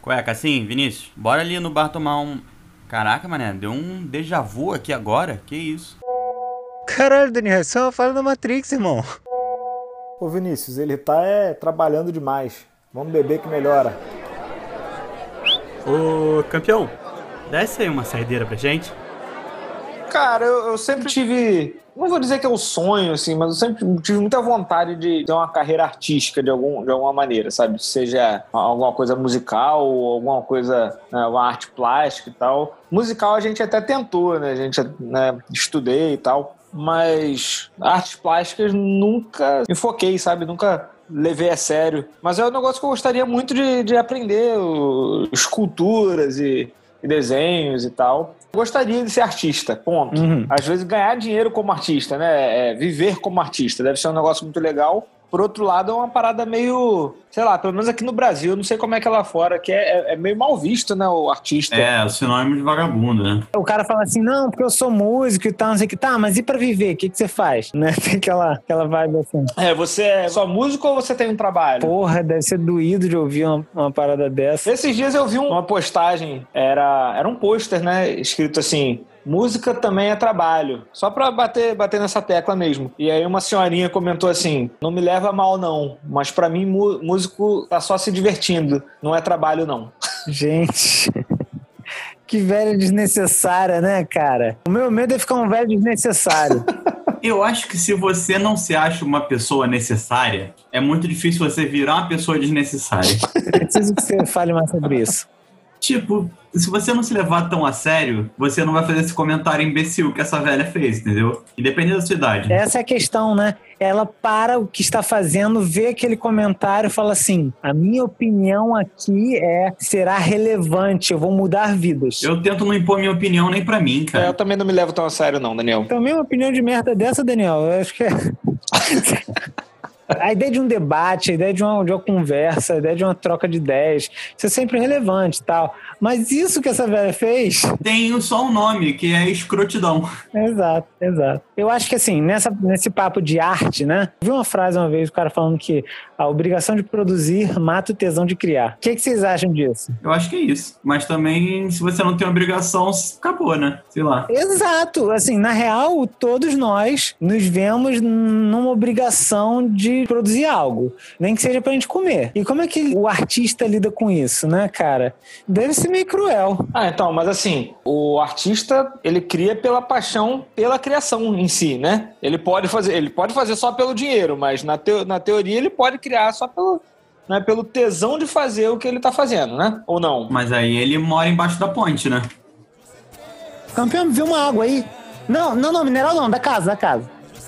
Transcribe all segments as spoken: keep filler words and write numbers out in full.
Qual é, Cassim, Vinícius? Bora ali no bar tomar um... Caraca, mané, deu um déjà vu aqui agora? Que isso? Caralho, Daniel, isso é uma falha da Matrix, irmão. Ô Vinícius, ele tá é, trabalhando demais. Vamos beber que melhora. Ô, campeão, desce aí uma saideira pra gente. Cara, eu, eu sempre tive... Não vou dizer que é um sonho, assim, mas eu sempre tive muita vontade de ter uma carreira artística de, algum, de alguma maneira, sabe? Seja alguma coisa musical ou alguma coisa, né, alguma arte plástica e tal. Musical a gente até tentou, né? A gente, né, estudei e tal. Mas artes plásticas nunca me foquei, sabe? Nunca levei a sério. Mas é um negócio que eu gostaria muito de, de aprender, o, esculturas e, e desenhos e tal. Gostaria de ser artista, ponto. Uhum. Às vezes ganhar dinheiro como artista, né? É, viver como artista. Deve ser um negócio muito legal. Por outro lado, é uma parada meio... Sei lá, pelo menos aqui no Brasil, eu não sei como é que é lá fora, que é, é meio mal visto, né, o artista. É, o sinônimo de vagabundo, né? O cara fala assim, não, porque eu sou músico e tal, não sei o que. Tá, mas e pra viver? O que, que você faz? Né? Tem aquela, aquela vibe assim. É, você é só músico ou você tem um trabalho? Porra, deve ser doído de ouvir uma, uma parada dessa. Esses dias eu vi uma postagem, era, era um pôster, né, escrito assim... Música também é trabalho. Só pra bater, bater nessa tecla mesmo. E aí uma senhorinha comentou assim, não me leva a mal não, mas pra mim músico tá só se divertindo, não é trabalho não. Gente, que velho desnecessária, né, cara? O meu medo é ficar um velho desnecessário. Eu acho que se você não se acha uma pessoa necessária, é muito difícil você virar uma pessoa desnecessária. Preciso que você fale mais sobre isso. Tipo, se você não se levar tão a sério, você não vai fazer esse comentário imbecil que essa velha fez, entendeu? Independente da sua idade. Essa é a questão, né? Ela para o que está fazendo, vê aquele comentário e fala assim, a minha opinião aqui é, será relevante, eu vou mudar vidas. Eu tento não impor minha opinião nem pra mim, cara. É, eu também não me levo tão a sério não, Daniel. Também uma opinião de merda dessa, Daniel, eu acho que é... A ideia de um debate, a ideia de uma, de uma conversa, a ideia de uma troca de ideias, isso é sempre relevante e tal. Mas isso que essa velha fez... Tem só um nome, que é escrotidão. Exato, exato. Eu acho que assim, nessa, nesse papo de arte, né? Eu vi uma frase uma vez, o cara falando que a obrigação de produzir mata o tesão de criar. O que, que vocês acham disso? Eu acho que é isso. Mas também, se você não tem obrigação, acabou, né? Sei lá. Exato. Assim, na real, todos nós nos vemos numa obrigação de produzir algo. Nem que seja pra gente comer. E como é que o artista lida com isso, né, cara? Deve ser meio cruel. Ah, então, mas assim, o artista, ele cria pela paixão, pela criação em si, né? Ele pode fazer, ele pode fazer só pelo dinheiro, mas na, teo, na teoria ele pode criar só pelo, né, pelo tesão de fazer o que ele tá fazendo, né? Ou não? Mas aí ele mora embaixo da ponte, né? Campeão, me vê uma água aí. Não, não, não, mineral não, da casa, da casa.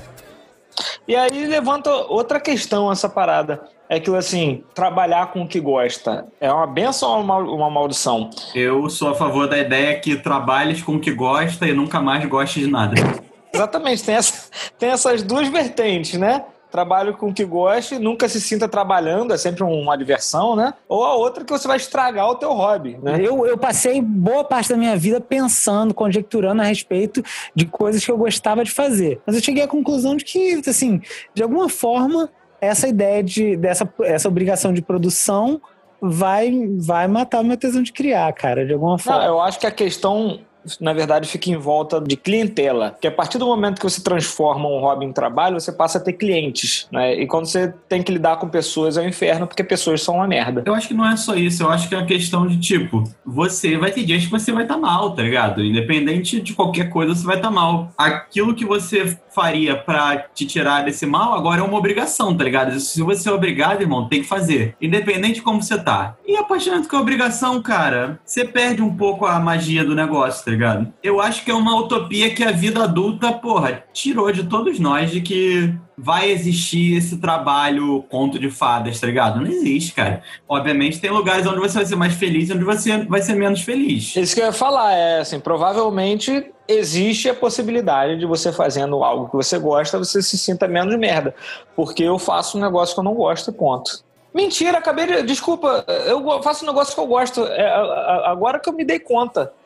E aí levanta outra questão essa parada. É aquilo assim, trabalhar com o que gosta é uma benção ou uma, uma maldição? Eu sou a favor da ideia que trabalhes com o que gosta e nunca mais goste de nada. Exatamente, tem, essa, tem essas duas vertentes, né? Trabalho com o que gosta e nunca se sinta trabalhando, é sempre uma diversão, né? Ou a outra que você vai estragar o teu hobby, né? Eu, eu passei boa parte da minha vida pensando, conjecturando a respeito de coisas que eu gostava de fazer. Mas eu cheguei à conclusão de que, assim, de alguma forma, essa ideia de, dessa essa obrigação de produção vai, vai matar o meu tesão de criar, cara, de alguma forma. Não, eu acho que a questão, na verdade, fica em volta de clientela. Porque a partir do momento que você transforma um hobby em trabalho, você passa a ter clientes, né? E quando você tem que lidar com pessoas, é um inferno, porque pessoas são uma merda. Eu acho que não é só isso, eu acho que é uma questão de, tipo, você vai ter dias que você vai estar mal, tá ligado? Independente de qualquer coisa, você vai estar mal. Aquilo que você faria pra te tirar desse mal, agora é uma obrigação, tá ligado? Se você é obrigado, irmão, tem que fazer. Independente de como você tá. E a partir do momento que é obrigação, cara, você perde um pouco a magia do negócio, tá ligado? Eu acho que é uma utopia que a vida adulta, porra, tirou de todos nós de que vai existir esse trabalho conto de fadas, tá ligado? Não existe, cara. Obviamente tem lugares onde você vai ser mais feliz e onde você vai ser menos feliz. Isso que eu ia falar, é assim, provavelmente existe a possibilidade de você fazendo algo que você gosta, você se sinta menos merda. Porque eu faço um negócio que eu não gosto e ponto. Mentira, acabei de... Desculpa, eu faço um negócio que eu gosto. É, agora que eu me dei conta.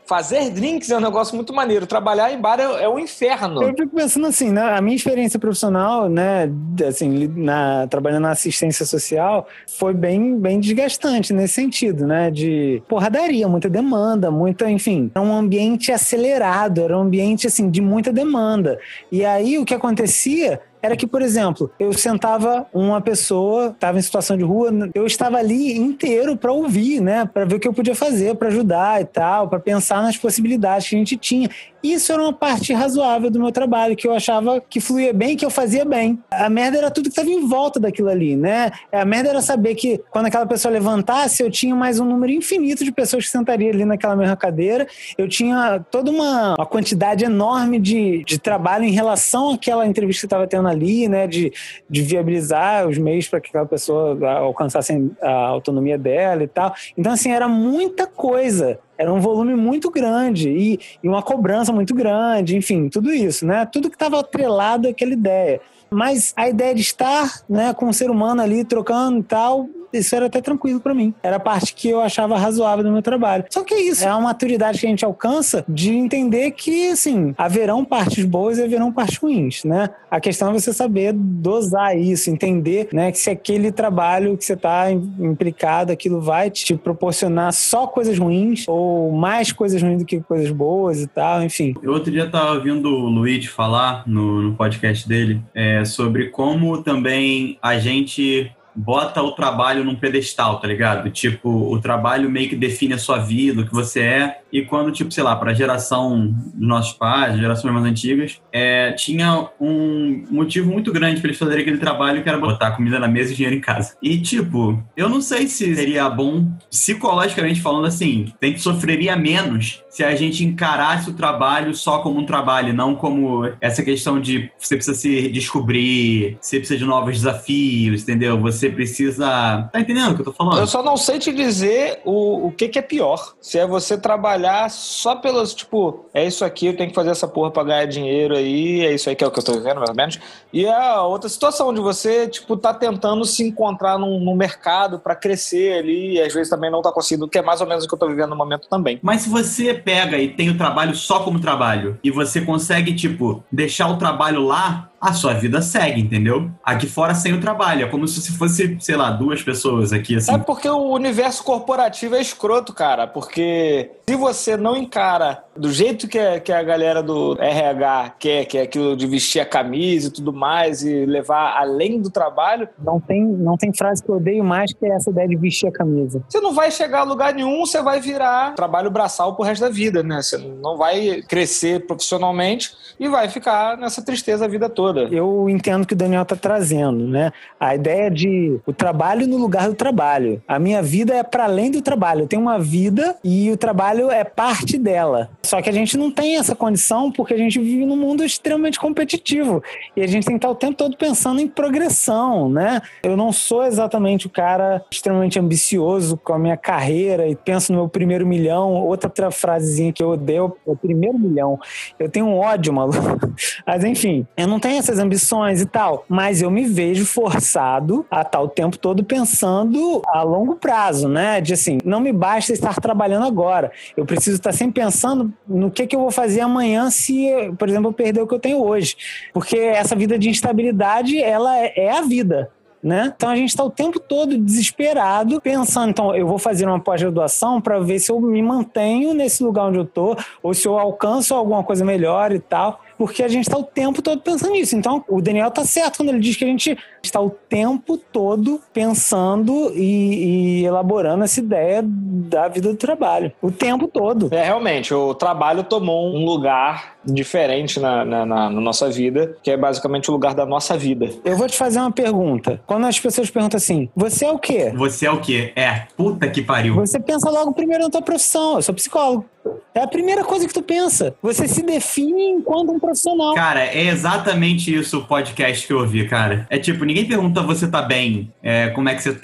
fazer drinks é um negócio muito maneiro. Trabalhar em bar é, é um inferno. Eu fico pensando assim, né? A minha experiência profissional, né? Assim, na, trabalhando na assistência social, foi bem, bem desgastante nesse sentido, né? De porradaria, muita demanda, muita, enfim. Era um ambiente acelerado, era um ambiente, assim, de muita demanda. E aí, o que acontecia era que, por exemplo, eu sentava uma pessoa, estava em situação de rua, eu estava ali inteiro para ouvir, né? Para ver o que eu podia fazer, para ajudar e tal, para pensar nas possibilidades que a gente tinha. Isso era uma parte razoável do meu trabalho, que eu achava que fluía bem, que eu fazia bem. A merda era tudo que estava em volta daquilo ali, né? A merda era saber que quando aquela pessoa levantasse, eu tinha mais um número infinito de pessoas que sentariam ali naquela mesma cadeira. Eu tinha toda uma, uma quantidade enorme de, de trabalho em relação àquela entrevista que eu estava tendo ali, né? De, de viabilizar os meios para que aquela pessoa alcançasse a autonomia dela e tal. Então, assim, era muita coisa. Era um volume muito grande e, e uma cobrança muito grande, enfim, tudo isso, né? Tudo que estava atrelado àquela ideia. Mas a ideia de estar, né, com o ser humano ali, trocando e tal, isso era até tranquilo pra mim. Era a parte que eu achava razoável do meu trabalho. Só que é isso, é uma maturidade que a gente alcança de entender que, assim, haverão partes boas e haverão partes ruins, né? A questão é você saber dosar isso, entender, né, que se aquele trabalho que você tá implicado, aquilo vai te proporcionar só coisas ruins ou mais coisas ruins do que coisas boas e tal, enfim. Eu outro dia tava ouvindo o Luiz falar no, no podcast dele é, sobre como também a gente bota o trabalho num pedestal, tá ligado? Tipo, o trabalho meio que define a sua vida, o que você é. E quando, tipo, sei lá, pra geração dos nossos pais, gerações mais antigas, é, tinha um motivo muito grande pra eles fazerem aquele trabalho, que era botar comida na mesa e dinheiro em casa. E, tipo, eu não sei se seria bom, psicologicamente falando assim, a gente sofreria menos se a gente encarasse o trabalho só como um trabalho, não como essa questão de você precisa se descobrir, você precisa de novos desafios, entendeu? Você precisa... Tá entendendo o que eu tô falando? Eu só não sei te dizer o, o que que é pior. Se é você trabalhar só pelos, tipo, é isso aqui, eu tenho que fazer essa porra pra ganhar dinheiro aí, é isso aí que é o que eu tô vivendo, mais ou menos. E a outra situação de você, tipo, tá tentando se encontrar num, num mercado pra crescer ali, e às vezes também não tá conseguindo, que é mais ou menos o que eu tô vivendo no momento também. Mas se você pega e tem o trabalho só como trabalho, e você consegue, tipo, deixar o trabalho lá, a sua vida segue, entendeu? Aqui fora sem o trabalho. É como se fosse, sei lá, duas pessoas aqui, assim. É porque o universo corporativo é escroto, cara. Porque se você não encara do jeito que a, que a galera do R H quer, que é aquilo de vestir a camisa e tudo mais, e levar além do trabalho... Não tem, não tem frase que eu odeio mais que essa ideia de vestir a camisa. Você não vai chegar a lugar nenhum, você vai virar trabalho braçal pro resto da vida, né? Você não vai crescer profissionalmente e vai ficar nessa tristeza a vida toda. Eu entendo que o Daniel está trazendo, né? A ideia de o trabalho no lugar do trabalho. A minha vida é para além do trabalho. Eu tenho uma vida e o trabalho é parte dela. Só que a gente não tem essa condição porque a gente vive num mundo extremamente competitivo. E a gente tem que estar o tempo todo pensando em progressão, né? Eu não sou exatamente o cara extremamente ambicioso com a minha carreira e penso no meu primeiro milhão. Outra frasezinha que eu odeio é o primeiro milhão. Eu tenho um ódio, maluco. Mas enfim, eu não tenho essas ambições e tal, mas eu me vejo forçado a estar o tempo todo pensando a longo prazo, né? De assim, não me basta estar trabalhando agora, eu preciso estar sempre pensando no que, que eu vou fazer amanhã se, por exemplo, eu perder o que eu tenho hoje, porque essa vida de instabilidade, ela é, é a vida. Né? Então a gente está o tempo todo desesperado, pensando, então eu vou fazer uma pós-graduação para ver se eu me mantenho nesse lugar onde eu tô, ou se eu alcanço alguma coisa melhor e tal, porque a gente está o tempo todo pensando nisso. Então o Daniel tá certo quando ele diz que a gente está o tempo todo pensando e, e elaborando essa ideia da vida do trabalho, o tempo todo. É, realmente, o trabalho tomou um lugar diferente na, na, na, na nossa vida, que é basicamente o lugar da nossa vida. Eu vou te fazer uma pergunta. Quando as pessoas perguntam assim, você é o quê? Você é o quê? É, puta que pariu. Você pensa logo primeiro na tua profissão. Eu sou psicólogo. É a primeira coisa que tu pensa. Você se define enquanto um profissional. Cara, é exatamente isso o podcast que eu ouvi, cara. É tipo, ninguém pergunta você tá bem, é, como é que você tá.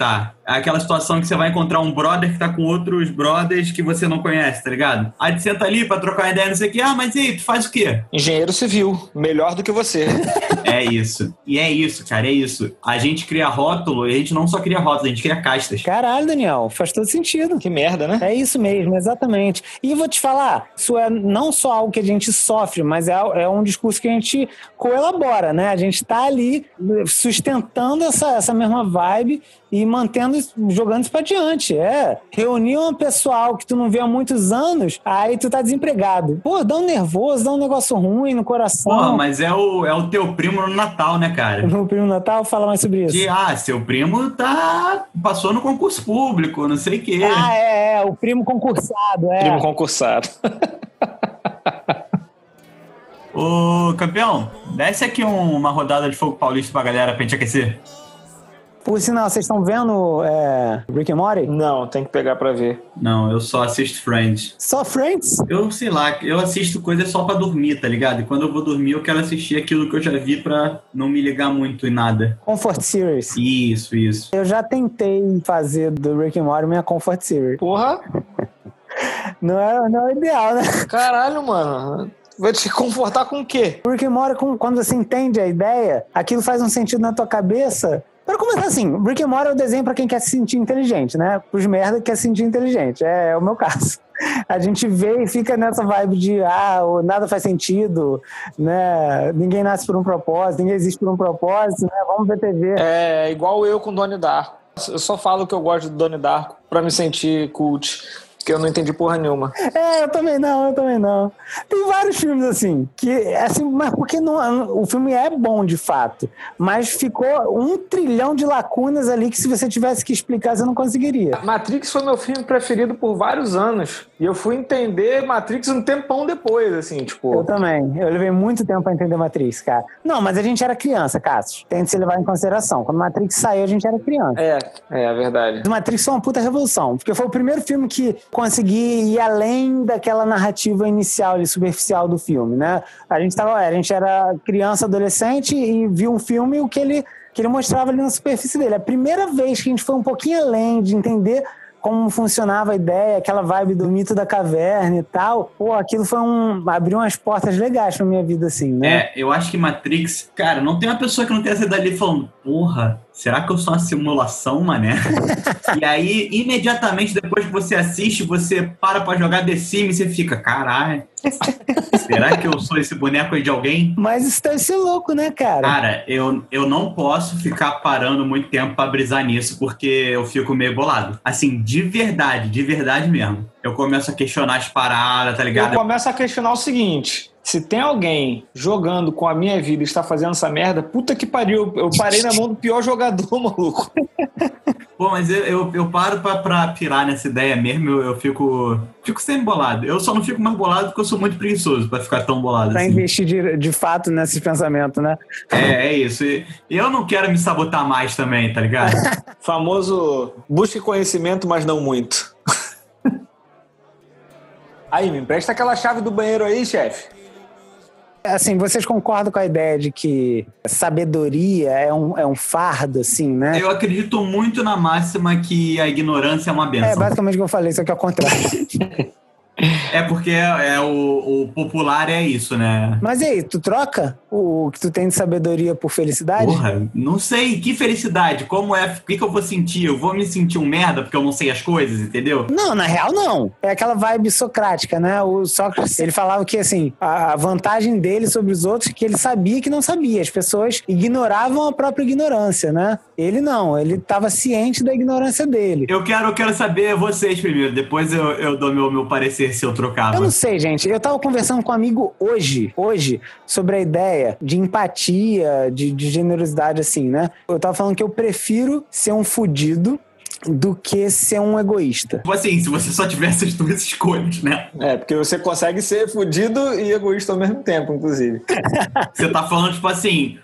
É aquela situação que você vai encontrar um brother que tá com outros brothers que você não conhece, tá ligado? Aí tu senta ali pra trocar uma ideia, não sei o que. Ah, mas e aí, tu faz o quê? Engenheiro civil, melhor do que você. É isso. E é isso, cara, é isso. A gente cria rótulo e a gente não só cria rótulo, a gente cria castas. Caralho, Daniel, faz todo sentido. Que merda, né? É isso mesmo, exatamente. E vou te falar, isso é não só algo que a gente sofre, mas é, é um discurso que a gente coelabora, né? A gente tá ali sustentando essa, essa mesma vibe e mantendo, jogando isso pra diante. É, reunir um pessoal que tu não vê há muitos anos, aí tu tá desempregado. Pô, dá um nervoso, dá um negócio ruim no coração. Porra, mas é o, é o teu primo no Natal, né, cara? O primo no Natal, fala mais sobre isso. Que, ah, seu primo tá, passou no concurso público, não sei o quê. Ah, é, é, o primo concursado, é. Primo concursado. Ô, campeão, desce aqui um- uma rodada de fogo paulista pra galera pra gente aquecer. Por sinal, vocês estão vendo é, Rick and Morty? Não, tem que pegar pra ver. Não, eu só assisto Friends. Só Friends? Eu, sei lá, eu assisto coisas só pra dormir, tá ligado? E quando eu vou dormir, eu quero assistir aquilo que eu já vi pra não me ligar muito em nada. Comfort Series. Isso, isso. Eu já tentei fazer do Rick and Morty minha Comfort Series. Porra, Não é, não é ideal, né? caralho, mano. Vai te confortar com o quê? O Rick and Morty, com- quando você entende a ideia, aquilo faz um sentido na tua cabeça. Para começar assim, Rick and Morty é o desenho pra quem quer se sentir inteligente, né? Pros merda que quer se sentir inteligente. É, é o meu caso. A gente vê e fica nessa vibe de ah, o nada faz sentido, né? Ninguém nasce por um propósito, ninguém existe por um propósito, né? Vamos ver T V. É igual eu com Donnie Darko. Eu só falo que eu gosto do Donnie Darko pra me sentir cult. Que eu não entendi porra nenhuma. É, eu também não, eu também não. Tem vários filmes assim, que, assim, mas porque não, o filme é bom de fato, mas ficou um trilhão de lacunas ali que se você tivesse que explicar, você não conseguiria. Matrix foi meu filme preferido por vários anos. E eu fui entender Matrix um tempão depois, assim, tipo... Eu também, eu levei muito tempo pra entender Matrix, cara. Não, mas a gente era criança, Cássio, tem que se levar em consideração. Quando Matrix saiu, a gente era criança. É, é a verdade. Matrix foi uma puta revolução, porque foi o primeiro filme que consegui ir além daquela narrativa inicial e superficial do filme, né? A gente tava, a gente era criança, adolescente e viu um filme o que ele, que ele mostrava ali na superfície dele. A primeira vez que a gente foi um pouquinho além de entender como funcionava a ideia, aquela vibe do mito da caverna e tal, pô, aquilo foi um... abriu umas portas legais pra minha vida, assim, né? É, eu acho que Matrix... Cara, não tem uma pessoa que não tenha saído dali falando, porra, será que eu sou uma simulação, mané? E aí, imediatamente depois que você assiste, você para pra jogar The Sims e você fica, caralho, será que eu sou esse boneco aí de alguém? Mas isso deve ser louco, né, cara? Cara, eu, eu não posso ficar parando muito tempo pra brisar nisso, porque eu fico meio bolado. Assim, de verdade, de verdade mesmo. Eu começo a questionar as paradas, tá ligado? Eu começo a questionar o seguinte... Se tem alguém jogando com a minha vida e está fazendo essa merda, puta que pariu, eu parei na mão do pior jogador, maluco. Pô, mas eu, eu, eu paro pra, pra pirar nessa ideia mesmo, eu, eu fico, fico sempre bolado. Eu só não fico mais bolado porque eu sou muito preguiçoso pra ficar tão bolado Pra assim. investir de, de fato nesses pensamentos, né? É, é isso. E eu não quero me sabotar mais também, tá ligado? Famoso busque conhecimento, mas não muito. Aí, me empresta aquela chave do banheiro aí, chefe. Assim, vocês concordam com a ideia de que sabedoria é um, é um fardo, assim, né? Eu acredito muito na máxima que a ignorância é uma É benção. basicamente o que eu falei, só que é o contrário. É porque é, é o, o popular é isso, né? Mas e aí, tu troca o que tu tem de sabedoria por felicidade? Porra, não sei, que felicidade, como é, o que, que eu vou sentir? Eu vou me sentir um merda porque eu não sei as coisas, entendeu? Não, na real não. É aquela vibe socrática, né? O Sócrates, ele falava que, assim, a vantagem dele sobre os outros é que ele sabia que não sabia. As pessoas ignoravam a própria ignorância, né? Ele não, ele estava ciente da ignorância dele. Eu quero, eu quero saber vocês primeiro, depois eu, eu dou meu, meu parecer se eu trocava. Eu não sei, gente. Eu tava conversando com um amigo hoje, hoje, sobre a ideia de empatia, de, de generosidade, assim, né? Eu tava falando que eu prefiro ser um fudido do que ser um egoísta. Tipo assim, se você só tivesse as duas escolhas, né? É, porque você consegue ser fudido e egoísta ao mesmo tempo, inclusive. Você tá falando, tipo assim,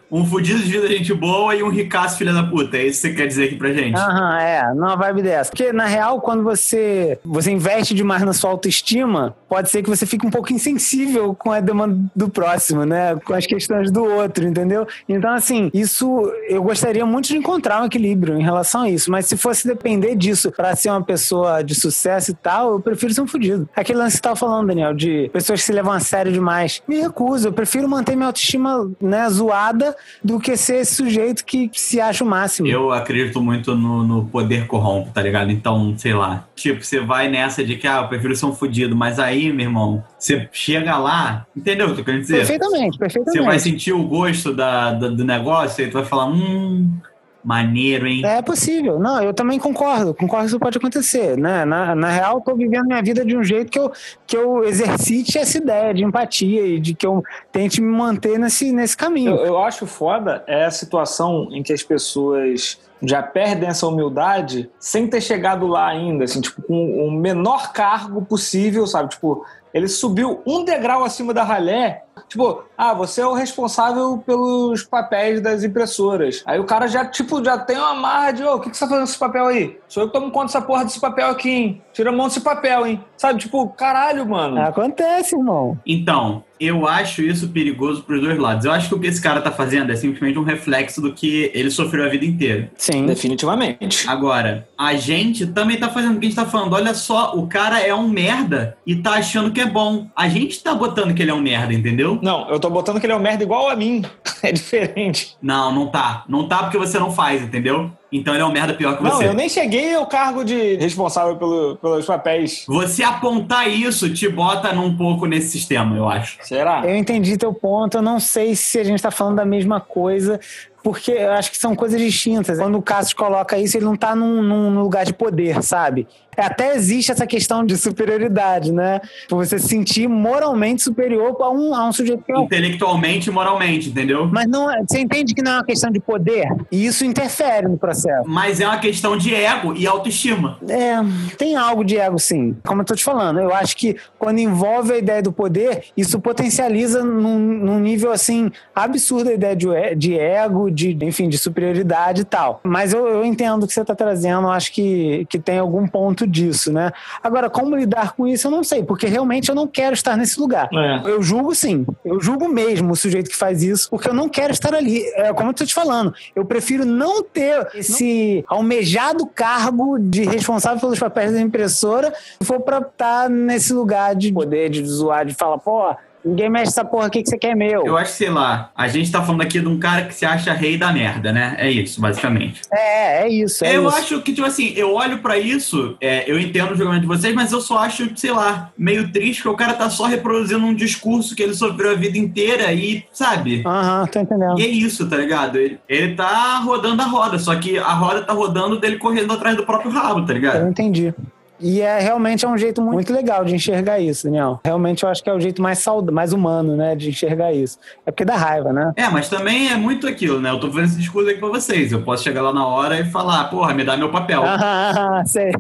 Um fudido de vida gente boa e um ricaço filha da puta. É isso que você quer dizer aqui pra gente? Aham, é. Não, vibe dessa. Porque, na real, quando você, você investe demais na sua autoestima, pode ser que você fique um pouco insensível com a demanda do próximo, né? Com as questões do outro, entendeu? Então, assim, isso... Eu gostaria muito de encontrar um equilíbrio em relação a isso. Mas se fosse depender disso pra ser uma pessoa de sucesso e tal, eu prefiro ser um fudido. Aquele lance que você tava falando, Daniel, de pessoas que se levam a sério demais. Me recuso. Eu prefiro manter minha autoestima, né, zoada do que ser esse sujeito que se acha o máximo. Eu acredito muito no, no poder corrompe, tá ligado? Então, sei lá. Tipo, você vai nessa de que, ah, eu prefiro ser um fudido. Mas aí, meu irmão, você chega lá... Entendeu o que eu quero dizer? Perfeitamente, perfeitamente. Você vai sentir o gosto da, da, do negócio e tu vai falar, hum... maneiro, hein? É possível. Não, eu também concordo. Concordo que isso pode acontecer, né? Na, na real, eu tô vivendo minha vida de um jeito que eu, que eu exercite essa ideia de empatia e de que eu tente me manter nesse, nesse caminho. Eu, eu acho foda é a situação em que as pessoas já perdem essa humildade sem ter chegado lá ainda, assim, tipo, com o menor cargo possível, sabe? Tipo, ele subiu um degrau acima da ralé. Tipo, ah, você é o responsável pelos papéis das impressoras. Aí o cara já, tipo, já tem uma marra de, ô, oh, o que, que você tá fazendo com esse papel aí? Sou eu que tomo conta dessa porra desse papel aqui, hein? Tira a mão desse papel, hein? Sabe, tipo, caralho, mano. Acontece, irmão. Então, eu acho isso perigoso pros dois lados. Eu acho que o que esse cara tá fazendo é simplesmente um reflexo do que ele sofreu a vida inteira. Sim. Definitivamente. Agora, a gente também tá fazendo o que a gente tá falando. Olha só, o cara é um merda e tá achando que é bom. A gente tá botando que ele é um merda, entendeu? Não, eu tô botando que ele é um merda igual a mim. É diferente. Não, não tá. Não tá porque você não faz, entendeu? Então ele é um merda pior que não, você. Não, eu nem cheguei ao cargo de responsável pelo, pelos papéis. Você apontar isso te bota num pouco nesse sistema, eu acho. Será? Eu entendi teu ponto. Eu não sei se a gente tá falando da mesma coisa, porque eu acho que são coisas distintas. Quando o Cassius coloca isso, ele não tá num, num lugar de poder, sabe? Até existe essa questão de superioridade, né? Você se sentir moralmente superior a um, a um sujeito que é... Intelectualmente e moralmente, entendeu? Mas não, você entende que não é uma questão de poder? E isso interfere no processo. Mas é uma questão de ego e autoestima. É, tem algo de ego, sim. Como eu tô te falando, eu acho que quando envolve a ideia do poder, isso potencializa num, num nível, assim, absurdo a ideia de, de ego, de, enfim, de superioridade e tal. Mas eu, eu entendo o que você tá trazendo, eu acho que, que tem algum ponto disso, né? Agora, como lidar com isso, eu não sei, porque realmente eu não quero estar nesse lugar. É. Eu julgo, sim. Eu julgo mesmo o sujeito que faz isso, porque eu não quero estar ali. É como eu tô te falando, eu prefiro não ter esse almejado cargo de responsável pelos papéis da impressora se for pra estar nesse lugar de poder, de zoar, de falar, pô, ninguém mexe essa porra aqui que você quer meu. Eu acho que, sei lá, a gente tá falando aqui de um cara que se acha rei da merda, né? É isso, basicamente. É, é isso. É eu isso. acho que, tipo assim, eu olho pra isso, é, eu entendo o julgamento de vocês, mas eu só acho, sei lá, meio triste que o cara tá só reproduzindo um discurso que ele sofreu a vida inteira e, sabe? Aham, tô entendendo. E é isso, tá ligado? Ele, ele tá rodando a roda, só que a roda tá rodando dele correndo atrás do próprio rabo, tá ligado? Eu entendi. E é, realmente é um jeito muito legal de enxergar isso, Daniel. Realmente eu acho que é o jeito mais saudável, mais humano, né, de enxergar isso. É porque dá raiva, né? É, mas também é muito aquilo, né? Eu tô fazendo esse discurso aqui pra vocês. Eu posso chegar lá na hora e falar, porra, me dá meu papel. Ah, sei.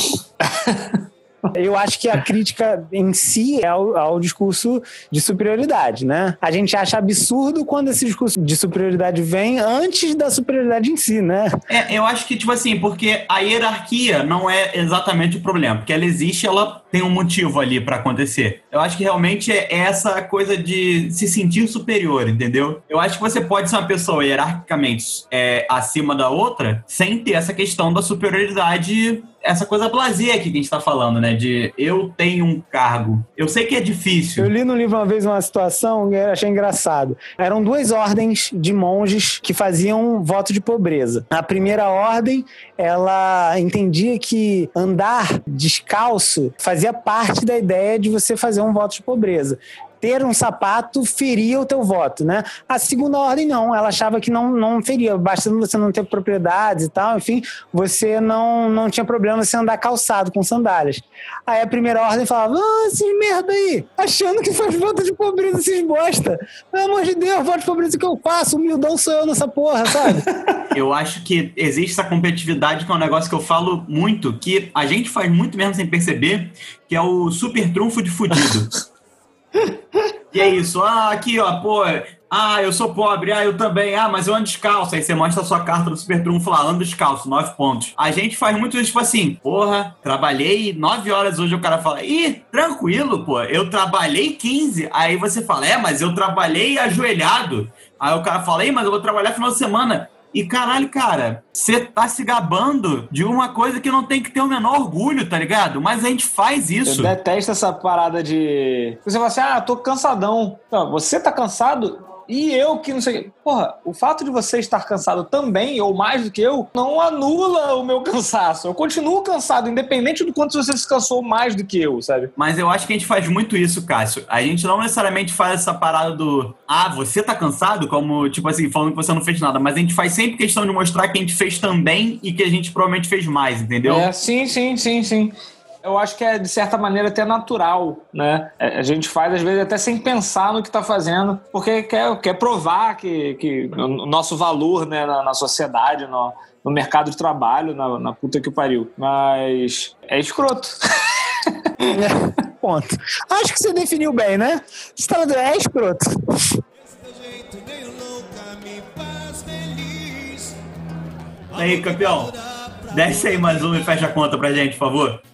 Eu acho que a crítica em si é ao, ao discurso de superioridade, né? A gente acha absurdo quando esse discurso de superioridade vem antes da superioridade em si, né? É, eu acho que, tipo assim, porque a hierarquia não é exatamente o problema, porque ela existe, ela tem um motivo ali pra acontecer. Eu acho que realmente é essa coisa de se sentir superior, entendeu? Eu acho que você pode ser uma pessoa hierarquicamente é, acima da outra sem ter essa questão da superioridade, essa coisa blasé aqui que a gente tá falando, né? De eu tenho um cargo. Eu sei que é difícil. Eu li no livro uma vez uma situação que eu achei engraçado. Eram duas ordens de monges que faziam voto de pobreza. A primeira ordem, ela entendia que andar descalço fazia parte da ideia de você fazer um voto de pobreza. Ter um sapato feria o teu voto, né? A segunda ordem não, ela achava que não, não feria, bastando você não ter propriedades e tal, enfim, você não, não tinha problema você andar calçado com sandálias. Aí a primeira ordem falava, ah, esses merda aí, achando que faz voto de pobreza, esses bosta. Pelo amor de Deus, voto de pobreza que eu faço, humildão sou eu nessa porra, sabe? Eu acho que existe essa competitividade, que é um negócio que eu falo muito, que a gente faz muito mesmo sem perceber, que é o super trunfo de fudido. E é isso, ah, aqui ó, pô, Ah, eu sou pobre. Ah, eu também. Ah, mas eu ando descalço. Aí você mostra a sua carta do Super Trunfo lá, ando descalço, nove pontos. A gente faz muito isso, tipo assim, porra, trabalhei nove horas hoje, o cara fala, ih, tranquilo, pô, eu trabalhei quinze. Aí você fala, é, mas eu trabalhei ajoelhado. Aí o cara fala, ih, mas eu vou trabalhar final de semana. E caralho, cara, você tá se gabando de uma coisa que não tem que ter o menor orgulho, tá ligado? Mas a gente faz isso. Eu detesto essa parada de... Você fala assim, ah, tô cansadão. Não, você tá cansado... E eu que não sei... Porra, o fato de você estar cansado também, ou mais do que eu, não anula o meu cansaço. Eu continuo cansado, independente do quanto você se cansou mais do que eu, sabe? Mas eu acho que a gente faz muito isso, Cássio. A gente não necessariamente faz essa parada do... Ah, você tá cansado? Como, tipo assim, falando que você não fez nada. Mas a gente faz sempre questão de mostrar que a gente fez também e que a gente provavelmente fez mais, entendeu? É, sim, sim, sim, sim. Eu acho que é, de certa maneira, até natural, né? A gente faz, às vezes, até sem pensar no que está fazendo, porque quer, quer provar que, que o nosso valor, né, na, na sociedade, no, no mercado de trabalho, na, na puta que pariu. Mas é escroto. É, ponto. Acho que você definiu bem, né? Você tá falando, é escroto. Aí, campeão, desce aí mais uma e fecha a conta pra gente, por favor.